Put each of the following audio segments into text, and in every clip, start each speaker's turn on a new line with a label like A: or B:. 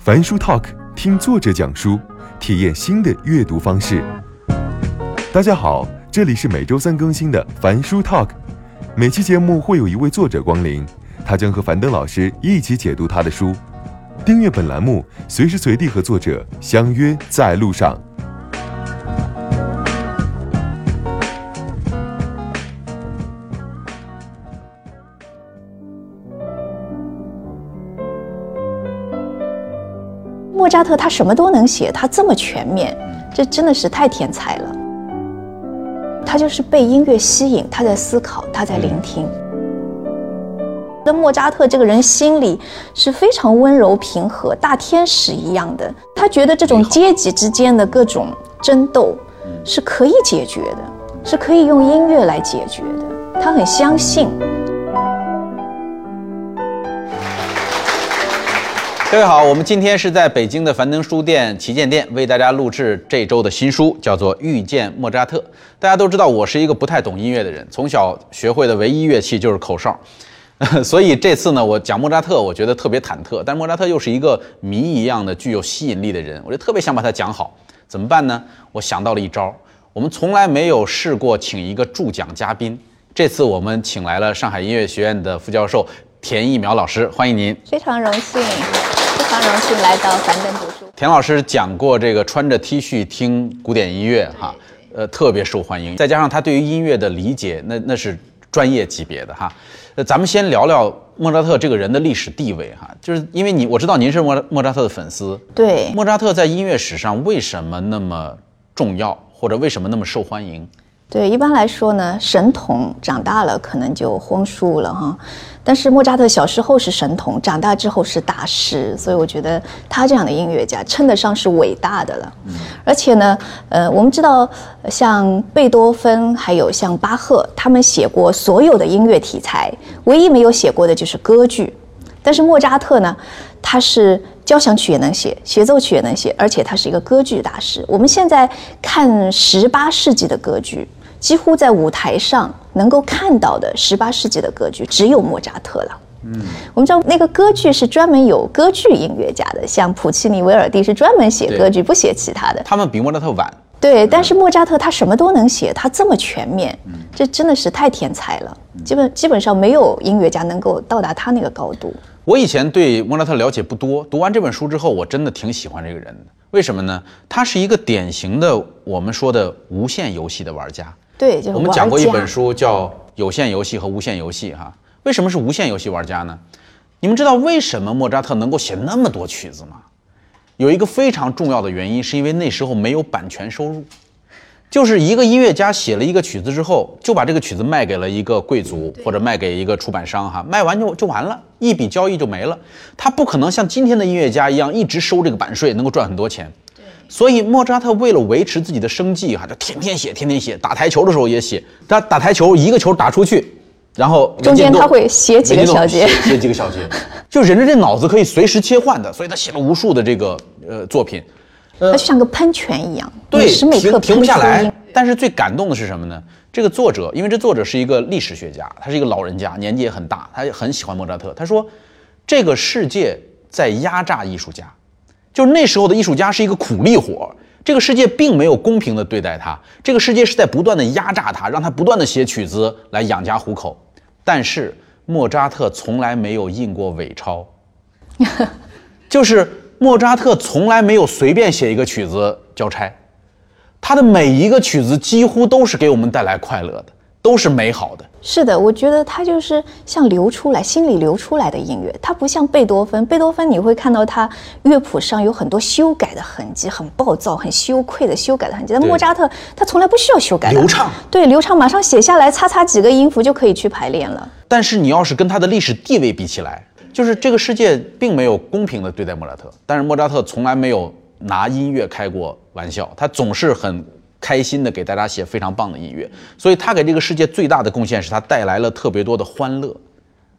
A: 樊书 Talk， 听作者讲书，体验新的阅读方式。大家好，这里是每周3更新的樊书 Talk， 每期节目会有一位作者光临，他将和樊登老师一起解读他的书。订阅本栏目，随时随地和作者相约在路上。
B: 莫扎特他什么都能写，他这么全面，这真的是太天才了。他就是被音乐吸引，他在思考，他在聆听。那莫扎特这个人心里是非常温柔平和，大天使一样的。他觉得这种阶级之间的各种争斗是可以解决的，是可以用音乐来解决的。他很相信。
C: 各位好，我们今天是在北京的樊登书店旗舰店为大家录制这周的新书，叫做《遇见莫扎特》。大家都知道我是一个不太懂音乐的人，从小学会的唯一乐器就是口哨，所以这次呢，我讲莫扎特，我觉得特别忐忑。但是莫扎特又是一个谜一样的具有吸引力的人，我就特别想把他讲好。怎么办呢？我想到了一招，我们从来没有试过请一个助讲嘉宾，这次我们请来了上海音乐学院的副教授田一苗老师，欢迎您。
B: 非常荣幸。非常荣幸来到樊登读书。
C: 田老师讲过这个穿着 T 恤听古典音乐哈，特别受欢迎。再加上他对于音乐的理解，那是专业级别的哈。咱们先聊聊莫扎特这个人的历史地位哈，就是因为我知道您是莫扎特的粉丝。
B: 对。
C: 莫扎特在音乐史上为什么那么重要，或者为什么那么受欢迎？
B: 对，一般来说呢，神童长大了可能就荒疏了哈。但是莫扎特小时候是神童，长大之后是大师，所以我觉得他这样的音乐家称得上是伟大的了。而且呢，我们知道像贝多芬还有像巴赫，他们写过所有的音乐题材，唯一没有写过的就是歌剧。但是莫扎特呢，他是交响曲也能写，协奏曲也能写，而且他是一个歌剧大师。我们现在看18世纪的歌剧，几乎在舞台上能够看到的18世纪的歌剧只有莫扎特了。我们知道那个歌剧是专门有歌剧音乐家的，像普契尼、维尔第是专门写歌剧，不写其他的。
C: 他们比莫扎特晚。
B: 对，但是莫扎特他什么都能写，他这么全面，这真的是太天才了。基本上没有音乐家能够到达他那个高度。
C: 我以前对莫扎特了解不多，读完这本书之后，我真的挺喜欢这个人的。为什么呢？他是一个典型的我们说的无限游戏的玩家。
B: 对，就是玩家。
C: 我们讲过一本书叫《有限游戏和无限游戏》哈。为什么是无限游戏玩家呢？你们知道为什么莫扎特能够写那么多曲子吗？有一个非常重要的原因，是因为那时候没有版权收入。就是一个音乐家写了一个曲子之后，就把这个曲子卖给了一个贵族或者卖给一个出版商哈，卖完就完了，一笔交易就没了。他不可能像今天的音乐家一样一直收这个版税，能够赚很多钱。所以莫扎特为了维持自己的生计哈，就天天写，打台球的时候也写。他打台球一个球打出去，然后
B: 中间他会写几个小节，
C: 写几个小节，就人的这脑子可以随时切换的，所以他写了无数的这个作品。
B: 它就像个喷泉一样，
C: 对，
B: 每刻
C: 停不下来。但是最感动的是什么呢？这个作者，因为这作者是一个历史学家，他是一个老人家，年纪也很大，他很喜欢莫扎特。他说，这个世界在压榨艺术家，就是那时候的艺术家是一个苦力活，这个世界并没有公平的对待他，这个世界是在不断的压榨他，让他不断的写曲子来养家糊口。但是莫扎特从来没有印过伪钞，就是莫扎特从来没有随便写一个曲子交差，他的每一个曲子几乎都是给我们带来快乐的，都是美好的。
B: 是的，我觉得他就是像流出来，心里流出来的音乐。他不像贝多芬，贝多芬你会看到他乐谱上有很多修改的痕迹，很暴躁、很羞愧的修改的痕迹。但莫扎特他从来不需要修改的，
C: 流畅。
B: 对，流畅，马上写下来，擦几个音符就可以去排练了。
C: 但是你要是跟他的历史地位比起来，就是这个世界并没有公平的对待莫扎特，但是莫扎特从来没有拿音乐开过玩笑，他总是很开心的给大家写非常棒的音乐，所以他给这个世界最大的贡献是他带来了特别多的欢乐。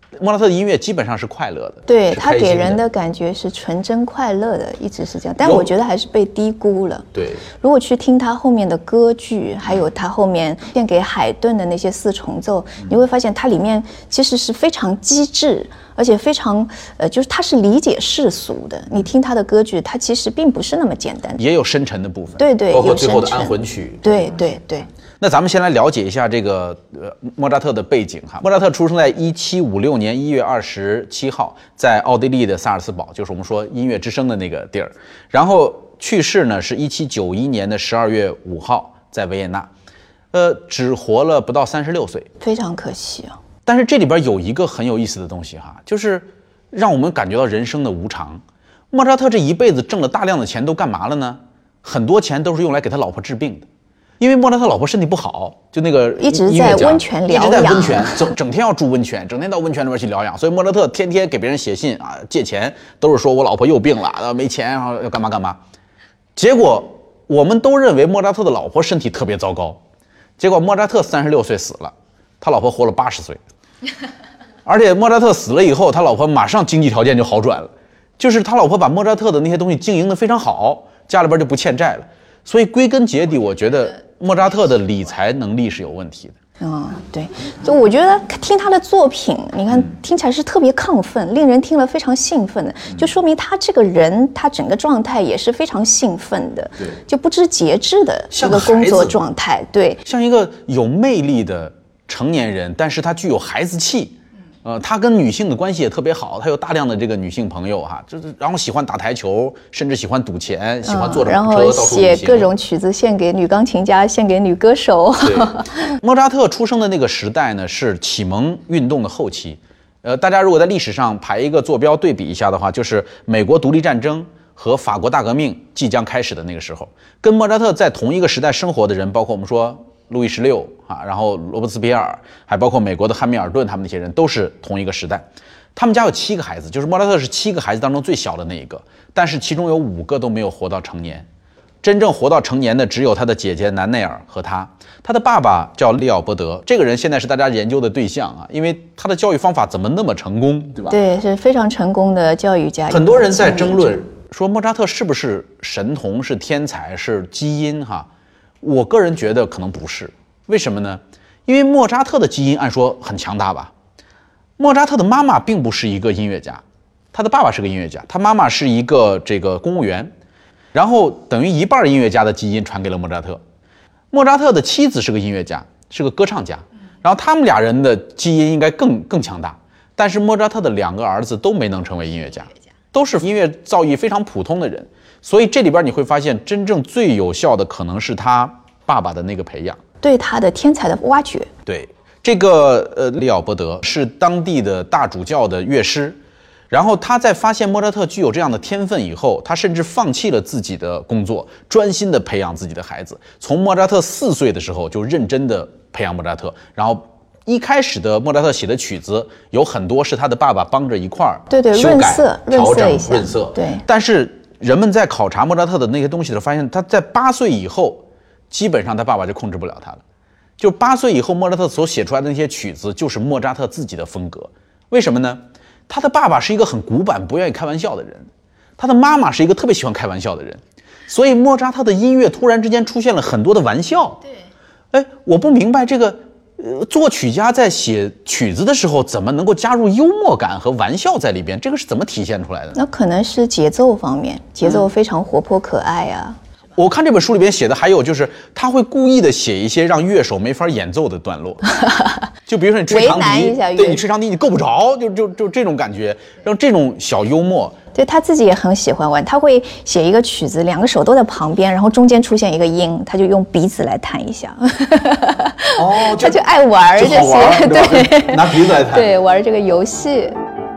C: 莫扎特的音乐基本上是快乐的，
B: 对，他给人
C: 的
B: 的感觉是纯真快乐的，一直是这样。但我觉得还是被低估了。
C: 对，
B: 如果去听他后面的歌剧，还有他后面献给海顿的那些四重奏，你会发现它里面其实是非常机智，而且非常就是他是理解世俗的。你听他的歌剧，它其实并不是那么简单，
C: 也有深沉的部分。
B: 对对，
C: 包括最后的
B: 有深沉
C: 安魂曲。
B: 对对对。
C: 那咱们先来了解一下这个莫扎特的背景哈。莫扎特出生在1756年1月27号，在奥地利的萨尔茨堡，就是我们说音乐之声的那个地儿。然后去世呢是1791年的12月5号，在维也纳。只活了不到36岁，
B: 非常可惜啊。
C: 但是这里边有一个很有意思的东西哈，就是让我们感觉到人生的无常。莫扎特这一辈子挣了大量的钱都干嘛了呢？很多钱都是用来给他老婆治病的。因为莫扎特老婆身体不好，就那个
B: 一直在温泉疗养，
C: 一直在温泉，整天要住温泉，整天到温泉里边去疗养。所以莫扎特天天给别人写信啊，借钱，都是说我老婆又病了，没钱，然后要干嘛干嘛。结果我们都认为莫扎特的老婆身体特别糟糕，结果莫扎特36岁死了，他老婆活了80岁，而且莫扎特死了以后，他老婆马上经济条件就好转了，就是他老婆把莫扎特的那些东西经营得非常好，家里边就不欠债了。所以归根结底，我觉得莫扎特的理财能力是有问题的。
B: 对，就我觉得听他的作品，你看听起来是特别亢奋，令人听了非常兴奋的，就说明他这个人，他整个状态也是非常兴奋的，
C: 对，
B: 就不知节制的一个工作状态，对，
C: 像一个有魅力的成年人，但是他具有孩子气。他跟女性的关系也特别好，他有大量的这个女性朋友哈，就是然后喜欢打台球，甚至喜欢赌钱，喜欢坐着马车到处旅行，然后
B: 写各种曲子献给女钢琴家，献给女歌手。
C: 对，莫扎特出生的那个时代呢，是启蒙运动的后期。大家如果在历史上排一个坐标对比一下的话，就是美国独立战争和法国大革命即将开始的那个时候，跟莫扎特在同一个时代生活的人，包括我们说路易16啊，然后罗伯斯皮埃尔，还包括美国的汉密尔顿，他们那些人都是同一个时代。他们家有7个孩子，就是莫扎特是7个孩子当中最小的那一个，但是其中有5个都没有活到成年。真正活到成年的只有他的姐姐南内尔和他。他的爸爸叫利奥波德，这个人现在是大家研究的对象啊，因为他的教育方法怎么那么成功，对吧？
B: 对，是非常成功的教育家。
C: 很多人在争论说莫扎特是不是神童，是天才，是基因哈。我个人觉得可能不是，为什么呢？因为莫扎特的基因按说很强大吧。莫扎特的妈妈并不是一个音乐家，他的爸爸是个音乐家，他妈妈是一个公务员，然后等于一半音乐家的基因传给了莫扎特。莫扎特的妻子是个音乐家，是个歌唱家，然后他们俩人的基因应该更强大。但是莫扎特的2个儿子都没能成为音乐家，都是音乐造诣非常普通的人。所以这里边你会发现，真正最有效的可能是他爸爸的那个培养，
B: 对他的天才的挖掘。
C: 对，这个利奥波德是当地的大主教的乐师，然后他在发现莫扎特具有这样的天分以后，他甚至放弃了自己的工作，专心的培养自己的孩子。从莫扎特4岁的时候就认真的培养莫扎特，然后一开始的莫扎特写的曲子有很多是他的爸爸帮着一块儿修改、调整、润色。
B: 对，
C: 但是人们在考察莫扎特的那些东西的时候，发现他在8岁以后，基本上他爸爸就控制不了他了。就8岁以后，莫扎特所写出来的那些曲子，就是莫扎特自己的风格。为什么呢？他的爸爸是一个很古板、不愿意开玩笑的人，他的妈妈是一个特别喜欢开玩笑的人，所以莫扎特的音乐突然之间出现了很多的玩笑。对，我不明白这个。作曲家在写曲子的时候，怎么能够加入幽默感和玩笑在里边？这个是怎么体现出来的呢？
B: 那可能是节奏方面，节奏非常活泼可爱啊。
C: 我看这本书里边写的还有就是他会故意的写一些让乐手没法演奏的段落，就比如说你吹长笛，对，你吹长笛你够不着，就这种感觉，让这种小幽默。
B: 对，他自己也很喜欢玩，他会写一个曲子，2个手都在旁边，然后中间出现一个音，他就用鼻子来弹一下。他就爱玩这些，对，
C: 拿鼻子来弹，
B: 对，玩这个游戏。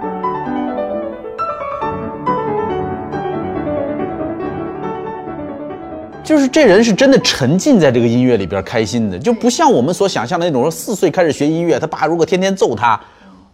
C: 就是这人是真的沉浸在这个音乐里边开心的，就不像我们所想象的那种说4岁开始学音乐，他爸如果天天揍他，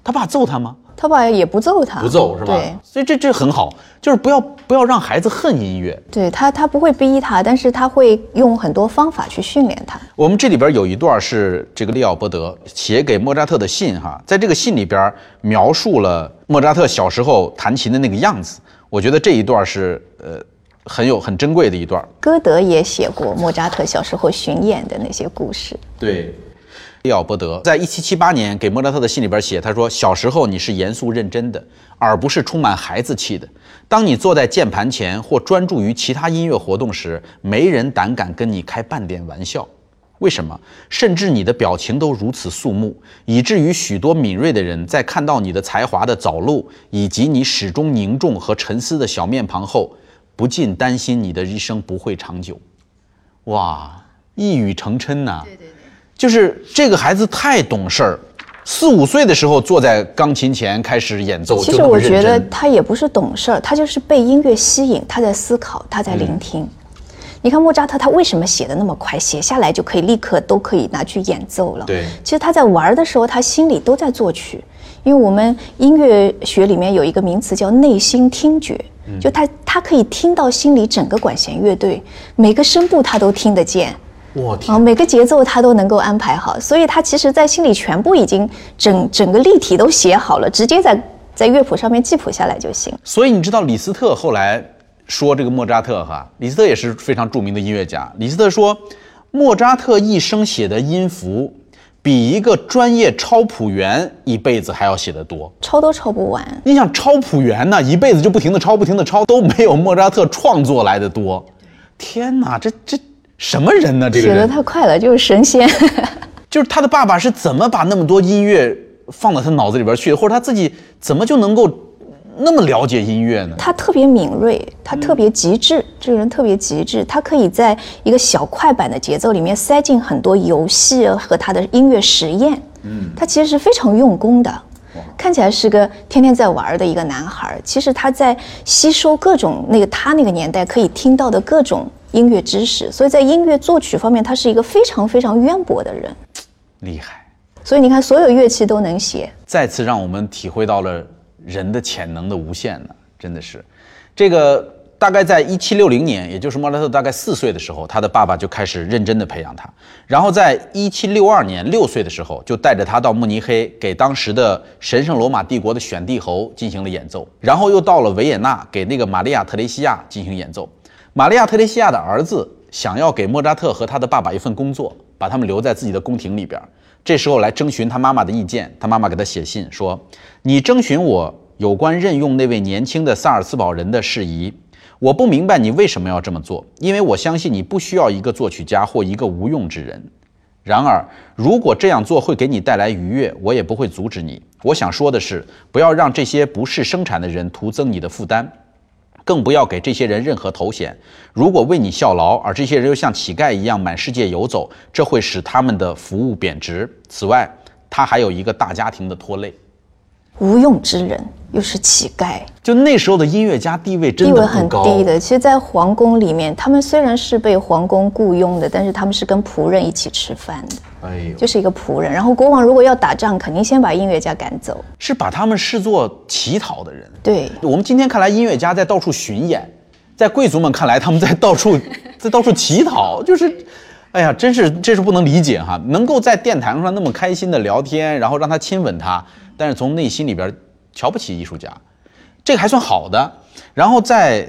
C: 他爸揍他吗？
B: 他爸也不揍他，
C: 不揍是吧？
B: 对，
C: 所以这很好，就是不要让孩子恨音乐。
B: 对他不会逼他，但是他会用很多方法去训练他。
C: 我们这里边有一段是这个利奥波德写给莫扎特的信哈，在这个信里边描述了莫扎特小时候弹琴的那个样子，我觉得这一段是很珍贵的一段。
B: 歌德也写过莫扎特小时候巡演的那些故事。
C: 对。利奥波德在1778年给莫扎特的信里边写，他说：“小时候你是严肃认真的，而不是充满孩子气的。当你坐在键盘前或专注于其他音乐活动时，没人胆敢跟你开半点玩笑。为什么？甚至你的表情都如此肃穆，以至于许多敏锐的人在看到你的才华的早露，以及你始终凝重和沉思的小面庞后，不禁担心你的一生不会长久。”哇，一语成谶呐！对。就是这个孩子太懂事儿，4、5岁的时候坐在钢琴前开始演奏。
B: 其实我觉得他也不是懂事儿，他就是被音乐吸引，他在思考，他在聆听。你看莫扎特他为什么写的那么快，写下来就可以立刻都可以拿去演奏了。
C: 对，
B: 其实他在玩的时候，他心里都在作曲。因为我们音乐学里面有一个名词叫内心听觉，就他可以听到心里整个管弦乐队每个声部他都听得见。
C: 我天！
B: 每个节奏他都能够安排好，所以他其实在心里全部已经整个立体都写好了，直接在乐谱上面记谱下来就行。
C: 所以你知道李斯特后来说这个莫扎特哈，李斯特也是非常著名的音乐家。李斯特说，莫扎特一生写的音符比一个专业抄谱员一辈子还要写得多，
B: 抄都抄不完。
C: 你想抄谱员呢，一辈子就不停地抄，都没有莫扎特创作来的多。天哪，这什么人呢？这个人
B: 写得太快了，就是神仙。
C: 就是他的爸爸是怎么把那么多音乐放到他脑子里边去的，或者他自己怎么就能够那么了解音乐呢？
B: 他特别敏锐，他特别极致，这个人特别极致，他可以在一个小快板的节奏里面塞进很多游戏和他的音乐实验。他其实是非常用功的。看起来是个天天在玩的一个男孩，其实他在吸收各种他那个年代可以听到的各种音乐知识，所以在音乐作曲方面，他是一个非常非常渊博的人，
C: 厉害。
B: 所以你看，所有乐器都能写，
C: 再次让我们体会到了人的潜能的无限呢，真的是。这个大概在1760年，也就是莫扎特大概4岁的时候，他的爸爸就开始认真的培养他，然后在1762年6岁的时候，就带着他到慕尼黑给当时的神圣罗马帝国的选帝侯进行了演奏，然后又到了维也纳给那个玛利亚特蕾西亚进行演奏。玛利亚特蕾西亚的儿子想要给莫扎特和他的爸爸一份工作，把他们留在自己的宫廷里边，这时候来征询他妈妈的意见，他妈妈给他写信说，你征询我有关任用那位年轻的萨尔茨堡人的事宜，我不明白你为什么要这么做，因为我相信你不需要一个作曲家或一个无用之人。然而，如果这样做会给你带来愉悦，我也不会阻止你。我想说的是，不要让这些不是生产的人徒增你的负担，更不要给这些人任何头衔。如果为你效劳，而这些人又像乞丐一样满世界游走，这会使他们的服务贬值。此外，他还有一个大家庭的拖累。
B: 无用之人又是乞丐，
C: 就那时候的音乐家地位真的
B: 很低的。其实在皇宫里面，他们虽然是被皇宫雇佣的，但是他们是跟仆人一起吃饭的，就是一个仆人。然后国王如果要打仗，肯定先把音乐家赶走，是
C: 把他们视作乞讨的人。
B: 对，
C: 我们今天看来音乐家在到处巡演，在贵族们看来他们在到处乞讨，就是哎呀，这是不能理解哈！能够在殿堂上那么开心的聊天，然后让他亲吻他，但是从内心里边瞧不起艺术家，这个还算好的。然后在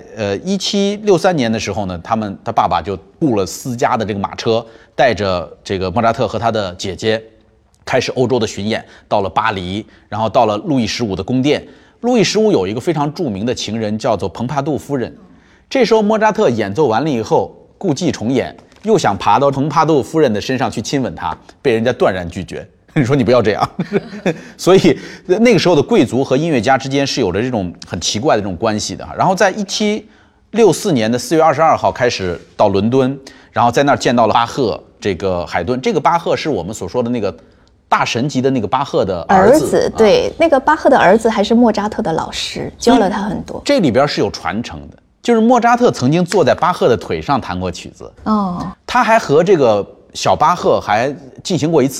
C: 1763年的时候呢，他爸爸就雇了私家的这个马车，带着这个莫扎特和他的姐姐开始欧洲的巡演，到了巴黎，然后到了路易15的宫殿。路易15有一个非常著名的情人叫做蓬帕杜夫人。这时候莫扎特演奏完了以后，故伎重演，又想爬到蓬帕杜夫人的身上去亲吻她，被人家断然拒绝。你说你不要这样。所以那个时候的贵族和音乐家之间是有着这种很奇怪的这种关系的。然后在1764年的4月22号开始到伦敦，然后在那儿见到了巴赫，这个海顿。这个巴赫是我们所说的那个大神级的那个巴赫的儿子。
B: 对，那个巴赫的儿子还是莫扎特的老师，教了他很多。
C: 这里边是有传承的，就是莫扎特曾经坐在巴赫的腿上弹过曲子。他还和这个小巴赫还进行过一次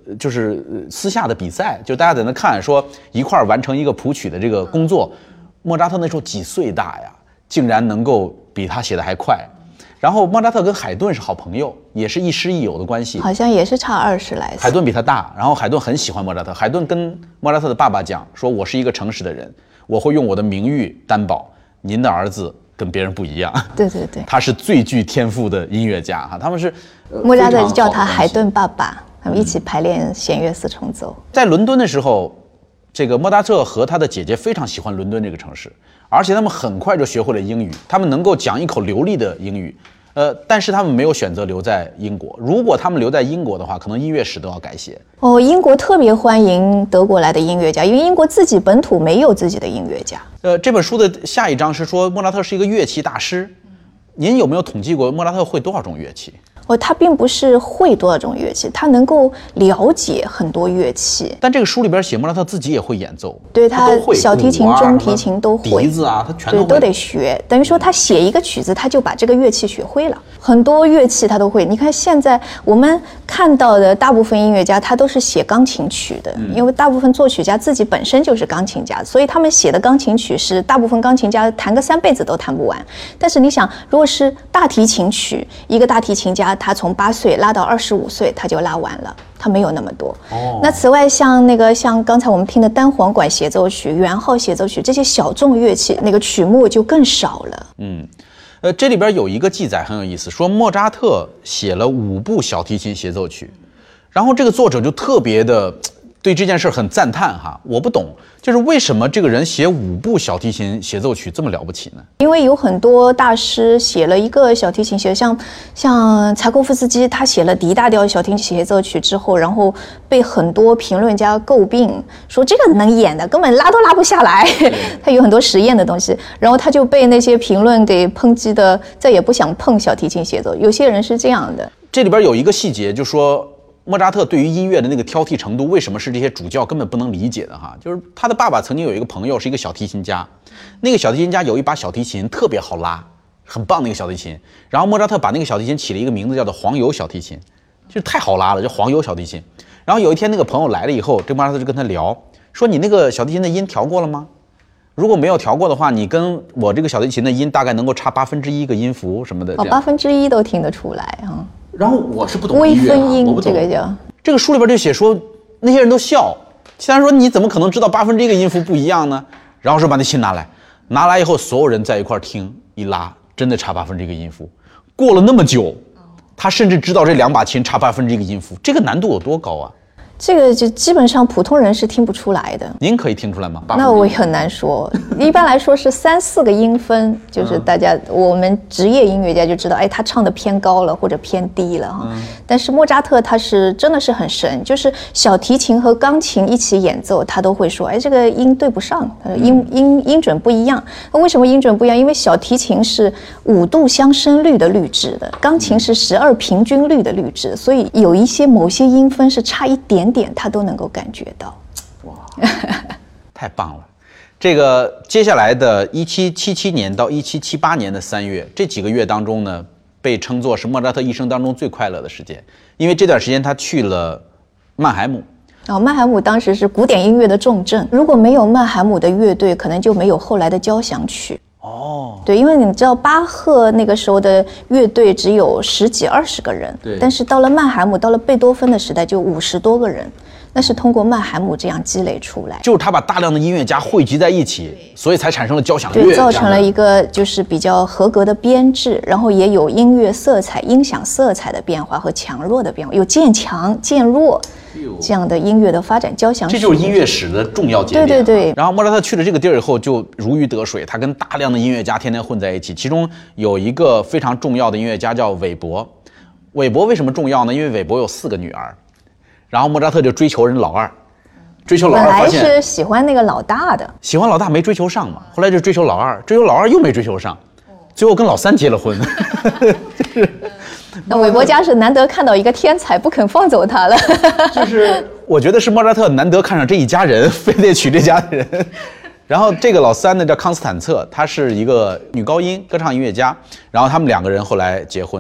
C: 就是私下的比赛，就大家在那看，说一块完成一个谱曲的这个工作。莫扎特那时候几岁大呀，竟然能够比他写的还快。然后莫扎特跟海顿是好朋友，也是亦师亦友的关系，
B: 好像也是差20来岁。
C: 海顿比他大，然后海顿很喜欢莫扎特。海顿跟莫扎特的爸爸讲说：“我是一个诚实的人，我会用我的名誉担保，您的儿子跟别人不一样。”
B: 对对对，
C: 他是最具天赋的音乐家哈，他们是
B: 莫扎特叫他海顿爸爸，他们一起排练弦乐4重奏。
C: 在伦敦的时候，这个莫扎特和他的姐姐非常喜欢伦敦这个城市，而且他们很快就学会了英语，他们能够讲一口流利的英语。但是他们没有选择留在英国。如果他们留在英国的话，可能音乐史都要改写。
B: 哦，英国特别欢迎德国来的音乐家，因为英国自己本土没有自己的音乐家。
C: 这本书的下一章是说莫扎特是一个乐器大师。您有没有统计过莫扎特会多少种乐器？
B: 他并不是会多少种乐器，他能够了解很多乐器。
C: 但这个书里边写莫扎特自己也会演奏，
B: 对，他小提琴、中提琴都会，
C: 笛子啊，他全都会，
B: 对，都得学。等于说他写一个曲子，他就把这个乐器学会了。很多乐器他都会。你看现在我们看到的大部分音乐家，他都是写钢琴曲的，因为大部分作曲家自己本身就是钢琴家，所以他们写的钢琴曲是大部分钢琴家弹个3辈子都弹不完。但是你想，如果是大提琴曲，一个大提琴家他从8岁拉到25岁，他就拉完了，他没有那么多。那此外，像刚才我们听的单簧管协奏曲、圆号协奏曲这些小众乐器，那个曲目就更少了。
C: 这里边有一个记载很有意思，说莫扎特写了5部小提琴协奏曲，然后这个作者就特别的对这件事很赞叹哈。我不懂，就是为什么这个人写5部小提琴协奏曲这么了不起呢？
B: 因为有很多大师写了一个小提琴协，像柴可夫斯基，他写了 D 大调小提琴协奏曲之后，然后被很多评论家诟病，说这个能演的根本拉都拉不下来，他有很多实验的东西，然后他就被那些评论给抨击的，再也不想碰小提琴协奏。有些人是这样的。
C: 这里边有一个细节，就说莫扎特对于音乐的那个挑剔程度，为什么是这些主教根本不能理解的哈？就是他的爸爸曾经有一个朋友是一个小提琴家，那个小提琴家有一把小提琴特别好拉，很棒的一个小提琴。然后莫扎特把那个小提琴起了一个名字叫做黄油小提琴，就太好拉了，叫黄油小提琴。然后有一天那个朋友来了以后，这莫扎特就跟他聊，说你那个小提琴的音调过了吗？如果没有调过的话，你跟我这个小提琴的音大概能够差1/8个音符什么的。
B: 1/8都听得出来啊。
C: 然后我是不懂
B: 微
C: 音乐
B: 分音，
C: 我不懂
B: 这个叫。
C: 这个书里边就写说，那些人都笑，其他人说你怎么可能知道1/8个音符不一样呢？然后说把那琴拿来以后，所有人在一块听一拉，真的差1/8个音符。过了那么久，他甚至知道这2把琴差1/8个音符，这个难度有多高啊？
B: 这个就基本上普通人是听不出来的。
C: 您可以听出来吗？
B: 那我也很难说，一般来说是3-4个音分，就是大家我们职业音乐家就知道，哎，他唱的偏高了或者偏低了哈。但是莫扎特他是真的是很神，就是小提琴和钢琴一起演奏，他都会说，哎，这个音对不上，音准不一样。那为什么音准不一样？因为小提琴是5度相生律的律制的，钢琴是12平均律的律制，所以有一些某些音分是差一点点他都能够感觉到。
C: 哇，太棒了！这个接下来的1777年到1778年的3月，这几个月当中呢，被称作是莫扎特一生当中最快乐的时间，因为这段时间他去了曼海姆。
B: 曼海姆当时是古典音乐的重镇，如果没有曼海姆的乐队，可能就没有后来的交响曲。对，因为你知道巴赫那个时候的乐队只有10几20个人，但是到了曼海姆，到了贝多芬的时代就50多个人，那是通过曼海姆这样积累出来，
C: 就是他把大量的音乐家汇集在一起，所以才产生了交响乐，
B: 对，造成了一个就是比较合格的编制，然后也有音乐色彩、音响色彩的变化和强弱的变化，有渐强渐弱这样的音乐的发展。交响曲
C: 这就是音乐史的重要节点。
B: 对对对。
C: 然后莫扎特去了这个地儿以后就如鱼得水，他跟大量的音乐家天天混在一起，其中有一个非常重要的音乐家叫韦伯。韦伯为什么重要呢？因为韦伯有4个女儿，然后莫扎特就追求人老二，追求老二发现
B: 本来是喜欢那个老大的，
C: 喜欢老大没追求上嘛，后来就追求老二，追求老二又没追求上，最后跟老3结了婚。就是
B: 那韦伯家是难得看到一个天才，不肯放走他了。
C: 就是我觉得是莫扎特难得看上这一家人，非得娶这家人。然后这个老3呢叫康斯坦策，她是一个女高音歌唱音乐家，然后他们2个人后来结婚。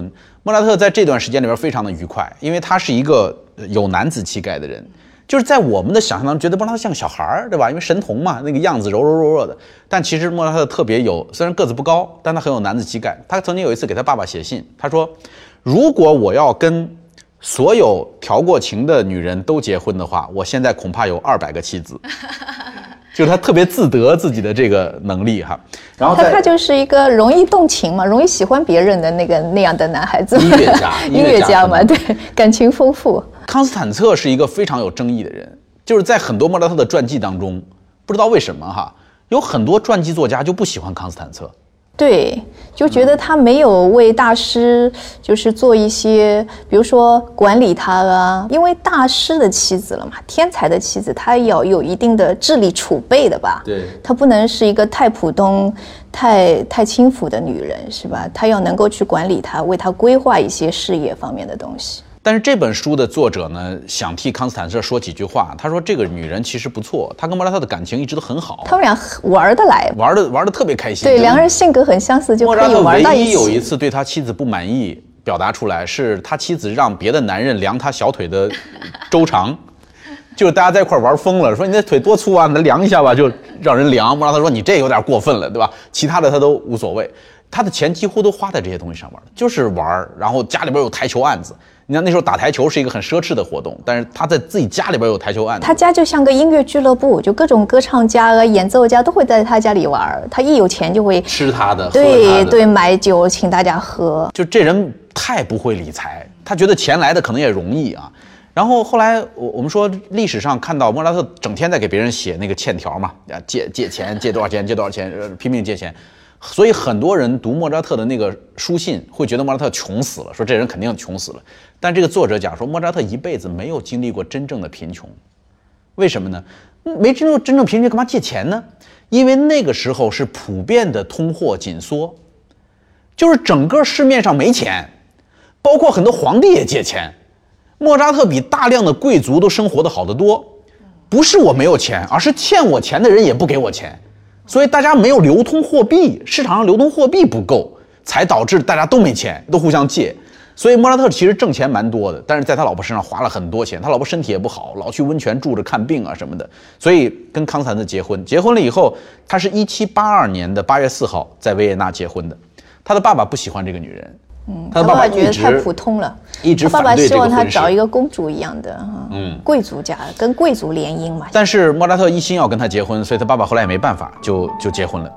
C: 莫扎特在这段时间里边非常的愉快，因为他是一个有男子气概的人。就是在我们的想象当中，觉得莫扎特像个小孩儿，对吧？因为神童嘛，那个样子柔柔弱弱的。但其实莫扎特特别有，虽然个子不高，但他很有男子气概。他曾经有一次给他爸爸写信，他说：“如果我要跟所有调过情的女人都结婚的话，我现在恐怕有200个妻子。”就是他特别自得自己的这个能力哈。然后
B: 他就是一个容易动情嘛，容易喜欢别人的那样的男孩子。
C: 音乐家，
B: 音乐家嘛，对，感情丰富。
C: 康斯坦策是一个非常有争议的人，就是在很多莫扎特的传记当中，不知道为什么哈，有很多传记作家就不喜欢康斯坦策。
B: 对，就觉得他没有为大师就是做一些，比如说管理他啊，因为大师的妻子了嘛，天才的妻子，他要有一定的智力储备的吧？
C: 对，
B: 他不能是一个太普通、太轻浮的女人，是吧？他要能够去管理他，为他规划一些事业方面的东西。
C: 但是这本书的作者呢，想替康斯坦策说几句话。他说这个女人其实不错，她跟莫扎特的感情一直都很好，
B: 他们俩玩得来，
C: 玩得特别开心。
B: 对，两个人性格很相似，就可以玩到一起。
C: 莫扎特唯一有一次对他妻子不满意表达出来，是他妻子让别的男人量他小腿的周长，就是大家在一块玩疯了，说你这腿多粗啊，你来量一下吧，就让人量。莫扎特说你这有点过分了，对吧？其他的他都无所谓，他的钱几乎都花在这些东西上面了，就是玩。然后家里边有台球案子。你看那时候打台球是一个很奢侈的活动，但是他在自己家里边有台球案子。
B: 他家就像个音乐俱乐部，就各种歌唱家啊、演奏家都会在他家里玩。他一有钱就会
C: 吃他的，
B: 对，买酒请大家喝。
C: 就这人太不会理财，他觉得钱来的可能也容易啊。然后后来我们说历史上看到莫扎特整天在给别人写那个欠条嘛，借钱，借多少钱，借多少钱，拼命借钱。所以很多人读莫扎特的那个书信会觉得莫扎特穷死了，说这人肯定穷死了。但这个作者讲说莫扎特一辈子没有经历过真正的贫穷，为什么呢？没经历过真正贫穷干嘛借钱呢？因为那个时候是普遍的通货紧缩，就是整个市面上没钱，包括很多皇帝也借钱。莫扎特比大量的贵族都生活得好得多，不是我没有钱，而是欠我钱的人也不给我钱。所以大家没有流通货币，市场上流通货币不够，才导致大家都没钱，都互相借。所以莫扎特其实挣钱蛮多的，但是在他老婆身上花了很多钱，他老婆身体也不好，老去温泉住着看病啊什么的，所以跟康斯坦策结婚了以后，他是1782年的8月4号在维也纳结婚的。他的爸爸不喜欢这个女人，他的爸爸
B: 觉得太普通了，
C: 一直反对这个婚事。
B: 他爸爸希望他找一个公主一样的，贵族家跟贵族联姻嘛。
C: 但是莫扎特一心要跟他结婚，所以他爸爸后来也没办法，就结婚了。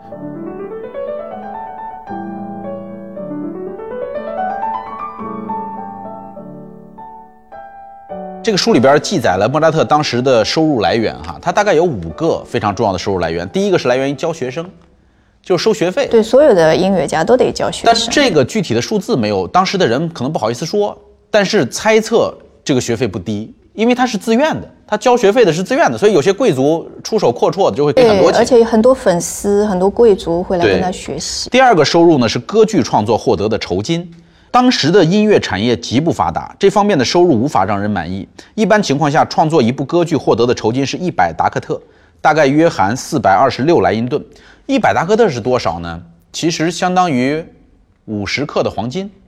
C: 这个书里边记载了莫扎特当时的收入来源哈，他大概有5个非常重要的收入来源。第一个是来源于教学生，就是收学费。
B: 对，所有的音乐家都得教学生。
C: 但这个具体的数字没有，当时的人可能不好意思说，但是猜测这个学费不低，因为他是自愿的，他交学费的是自愿的，所以有些贵族出手阔绰的就会给很多钱，
B: 而且很多粉丝、很多贵族会来跟他学习。
C: 第二个收入呢是歌剧创作获得的酬金。当时的音乐产业极不发达，这方面的收入无法让人满意。一般情况下，创作一部歌剧获得的酬金是100达克特，大概约含426莱茵盾。100达克特是多少呢？其实相当于50克的黄金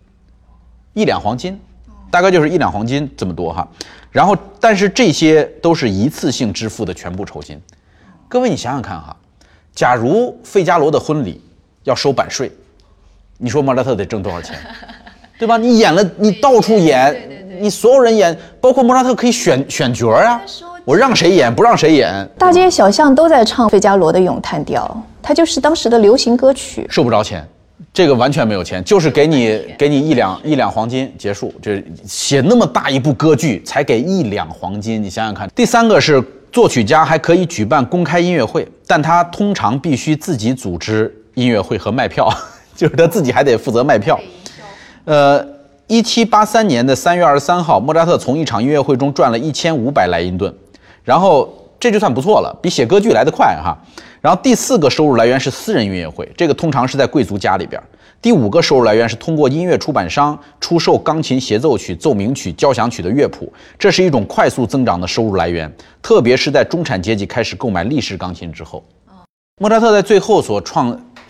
C: ，1两黄金，大概就是1两黄金这么多哈。然后，但是这些都是一次性支付的全部酬金。各位，你想想看哈，假如费加罗的婚礼要收版税，你说莫扎特得挣多少钱？对吧？你演了，你到处演，你所有人演，包括莫扎特可以选角啊，我让谁演不让谁演，
B: 大街小巷都在唱费加罗的咏叹调，它就是当时的流行歌曲，
C: 收不着钱，这个完全没有钱，就是给你一两黄金结束，这写那么大一部歌剧才给1两黄金，你想想看。第三个是作曲家还可以举办公开音乐会，但他通常必须自己组织音乐会和卖票，就是他自己还得负责卖票。1783年的3月23号，莫扎特从一场音乐会中赚了1500莱茵盾，然后这就算不错了，比写歌剧来得快哈。然后第4个收入来源是私人音乐会，这个通常是在贵族家里边。第5个收入来源是通过音乐出版商出售钢琴协奏曲、奏鸣曲、交响曲的乐谱，这是一种快速增长的收入来源，特别是在中产阶级开始购买立式钢琴之后。莫扎特在最后所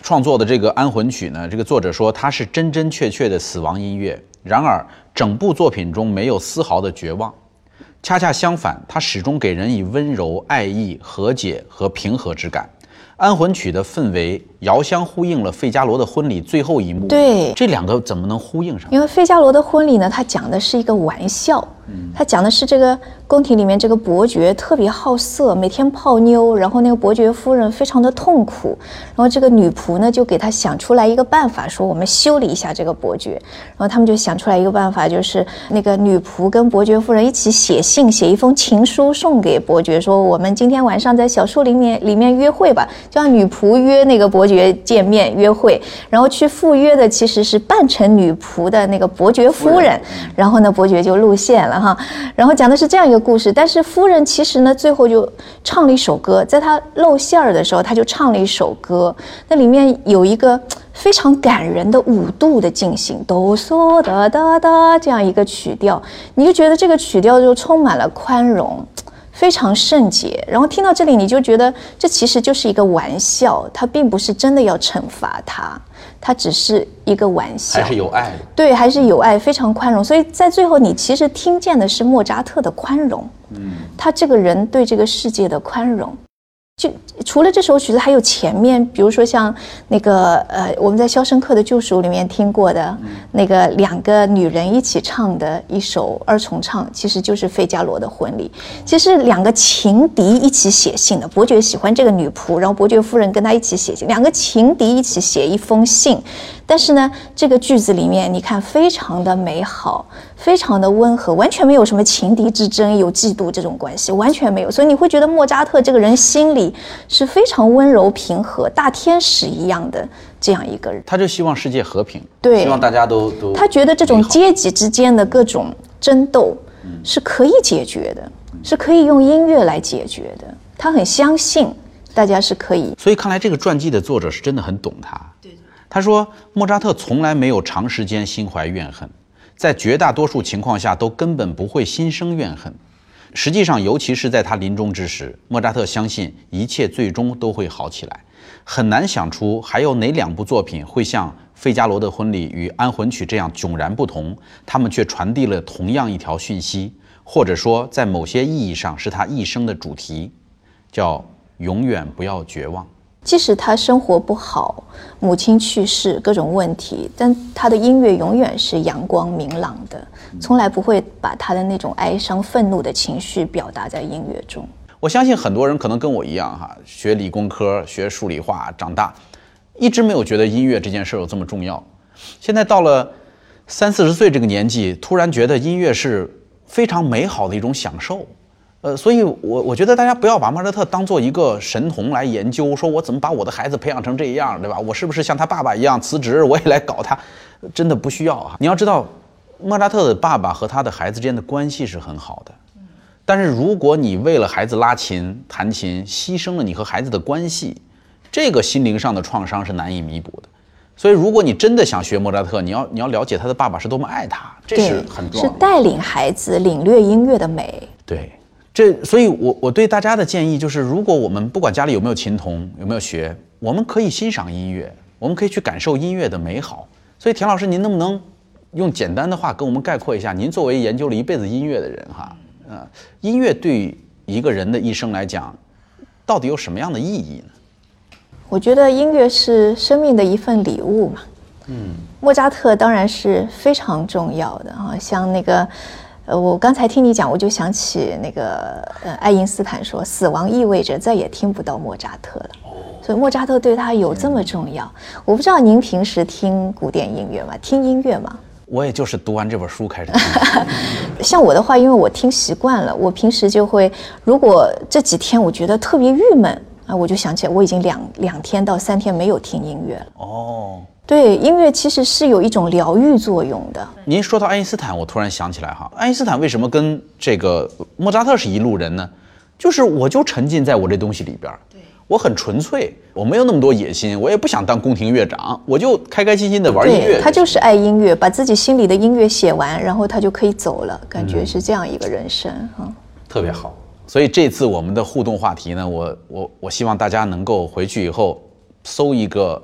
C: 创作的这个《安魂曲》呢，这个作者说它是真真确确的死亡音乐，然而整部作品中没有丝毫的绝望，恰恰相反，它始终给人以温柔、爱意、和解和平和之感。安魂曲的氛围遥相呼应了费加罗的婚礼最后一幕，
B: 对，
C: 这两个怎么能呼应上？
B: 因为费加罗的婚礼呢，它讲的是一个玩笑，它讲的是这个宫廷里面这个伯爵特别好色，每天泡妞，然后那个伯爵夫人非常的痛苦，然后这个女仆呢就给他想出来一个办法，说我们修理一下这个伯爵，然后他们就想出来一个办法，就是那个女仆跟伯爵夫人一起写信，写一封情书送给伯爵，说我们今天晚上在小树林里面约会吧，就让女仆约那个伯爵见面约会，然后去赴约的其实是扮成女仆的那个伯爵夫人，然后呢伯爵就露馅了哈，然后讲的是这样一个故事，但是夫人其实呢最后就唱了一首歌，在她露馅儿的时候，她就唱了一首歌，那里面有一个非常感人的5度的进行，哆嗦哒哒哒这样一个曲调，你就觉得这个曲调就充满了宽容，非常圣洁，然后听到这里你就觉得这其实就是一个玩笑，它并不是真的要惩罚他，它只是一个玩笑，
C: 还是有爱的。
B: 对，还是有爱，非常宽容。所以在最后你其实听见的是莫扎特的宽容，他这个人对这个世界的宽容。就除了这首曲子，还有前面，比如说像那个我们在《肖申克的救赎》里面听过的那个2个女人一起唱的一首2重唱，其实就是费加罗的婚礼。其实2个情敌一起写信的，伯爵喜欢这个女仆，然后伯爵夫人跟他一起写信，2个情敌一起写一封信。但是呢，这个句子里面你看非常的美好，非常的温和，完全没有什么情敌之争，有嫉妒这种关系，完全没有。所以你会觉得莫扎特这个人心里是非常温柔平和，大天使一样的这样一个人。
C: 他就希望世界和平，
B: 对，
C: 希望大家都
B: 他觉得这种阶级之间的各种争斗是可以解决的，是可以用音乐来解决的。他很相信大家是可以。
C: 所以看来这个传记的作者是真的很懂他。他说莫扎特从来没有长时间心怀怨恨，在绝大多数情况下都根本不会心生怨恨。实际上，尤其是在他临终之时，莫扎特相信一切最终都会好起来。很难想出还有哪2部作品会像《费加罗的婚礼》与《安魂曲》这样迥然不同，他们却传递了同样一条讯息，或者说在某些意义上是他一生的主题，叫永远不要绝望。
B: 即使他生活不好，母亲去世，各种问题，但他的音乐永远是阳光明朗的，从来不会把他的那种哀伤愤怒的情绪表达在音乐中。
C: 我相信很多人可能跟我一样哈，学理工科学数理化长大，一直没有觉得音乐这件事有这么重要，现在到了30-40岁这个年纪，突然觉得音乐是非常美好的一种享受。所以我觉得大家不要把莫扎特当做一个神童来研究，说我怎么把我的孩子培养成这样，对吧？我是不是像他爸爸一样辞职，我也来搞他？真的不需要啊！你要知道，莫扎特的爸爸和他的孩子之间的关系是很好的，但是如果你为了孩子拉琴、弹琴，牺牲了你和孩子的关系，这个心灵上的创伤是难以弥补的。所以，如果你真的想学莫扎特，你要了解他的爸爸是多么爱他，这是很重要的。
B: 是带领孩子领略音乐的美。
C: 对。所以我对大家的建议就是，如果我们不管家里有没有琴童，有没有学，我们可以欣赏音乐，我们可以去感受音乐的美好。所以田老师，您能不能用简单的话跟我们概括一下？您作为研究了一辈子音乐的人哈，音乐对一个人的一生来讲，到底有什么样的意义呢？
B: 我觉得音乐是生命的一份礼物嘛。莫扎特当然是非常重要的啊，像那个。我刚才听你讲，我就想起那个爱因斯坦说，死亡意味着再也听不到莫扎特了。所以莫扎特对他有这么重要。我不知道您平时听古典音乐吗？听音乐吗？
C: 我也就是读完这本书开始听。
B: 像我的话，因为我听习惯了，我平时就会，如果这几天我觉得特别郁闷啊，我就想起来我已经两天到3天没有听音乐了。对，音乐其实是有一种疗愈作用的。
C: 您说到爱因斯坦，我突然想起来哈，爱因斯坦为什么跟这个莫扎特是一路人呢？就是我就沉浸在我这东西里边，我很纯粹，我没有那么多野心，我也不想当宫廷乐长，我就开开心心的玩音乐。
B: 他就是爱音乐，把自己心里的音乐写完，然后他就可以走了，感觉是这样一个人生
C: 特别好。所以这次我们的互动话题呢，我希望大家能够回去以后搜一个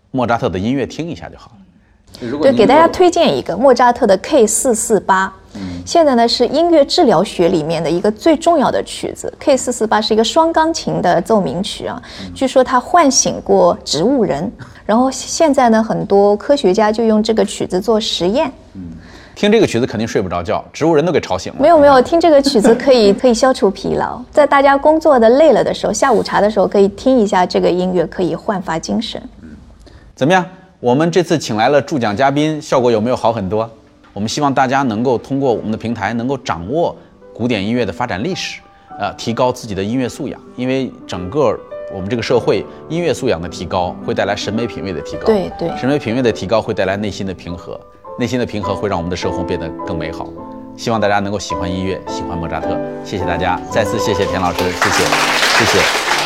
C: 莫扎特的音乐听一下就好了。
B: 对，给大家推荐一个莫扎特的 K448。现在呢是音乐治疗学里面的一个最重要的曲子。K448是一个双钢琴的奏鸣曲啊，据说它唤醒过植物人。然后现在呢，很多科学家就用这个曲子做实验。
C: 听这个曲子肯定睡不着觉，植物人都给吵醒了。
B: 没有，听这个曲子可以消除疲劳，在大家工作的累了的时候，下午茶的时候可以听一下这个音乐，可以焕发精神。
C: 怎么样？我们这次请来了助讲嘉宾，效果有没有好很多？我们希望大家能够通过我们的平台，能够掌握古典音乐的发展历史，提高自己的音乐素养。因为整个我们这个社会，音乐素养的提高会带来审美品味的提高，
B: 对，
C: 审美品味的提高会带来内心的平和，内心的平和会让我们的生活变得更美好。希望大家能够喜欢音乐，喜欢莫扎特。谢谢大家，再次谢谢田老师，谢谢。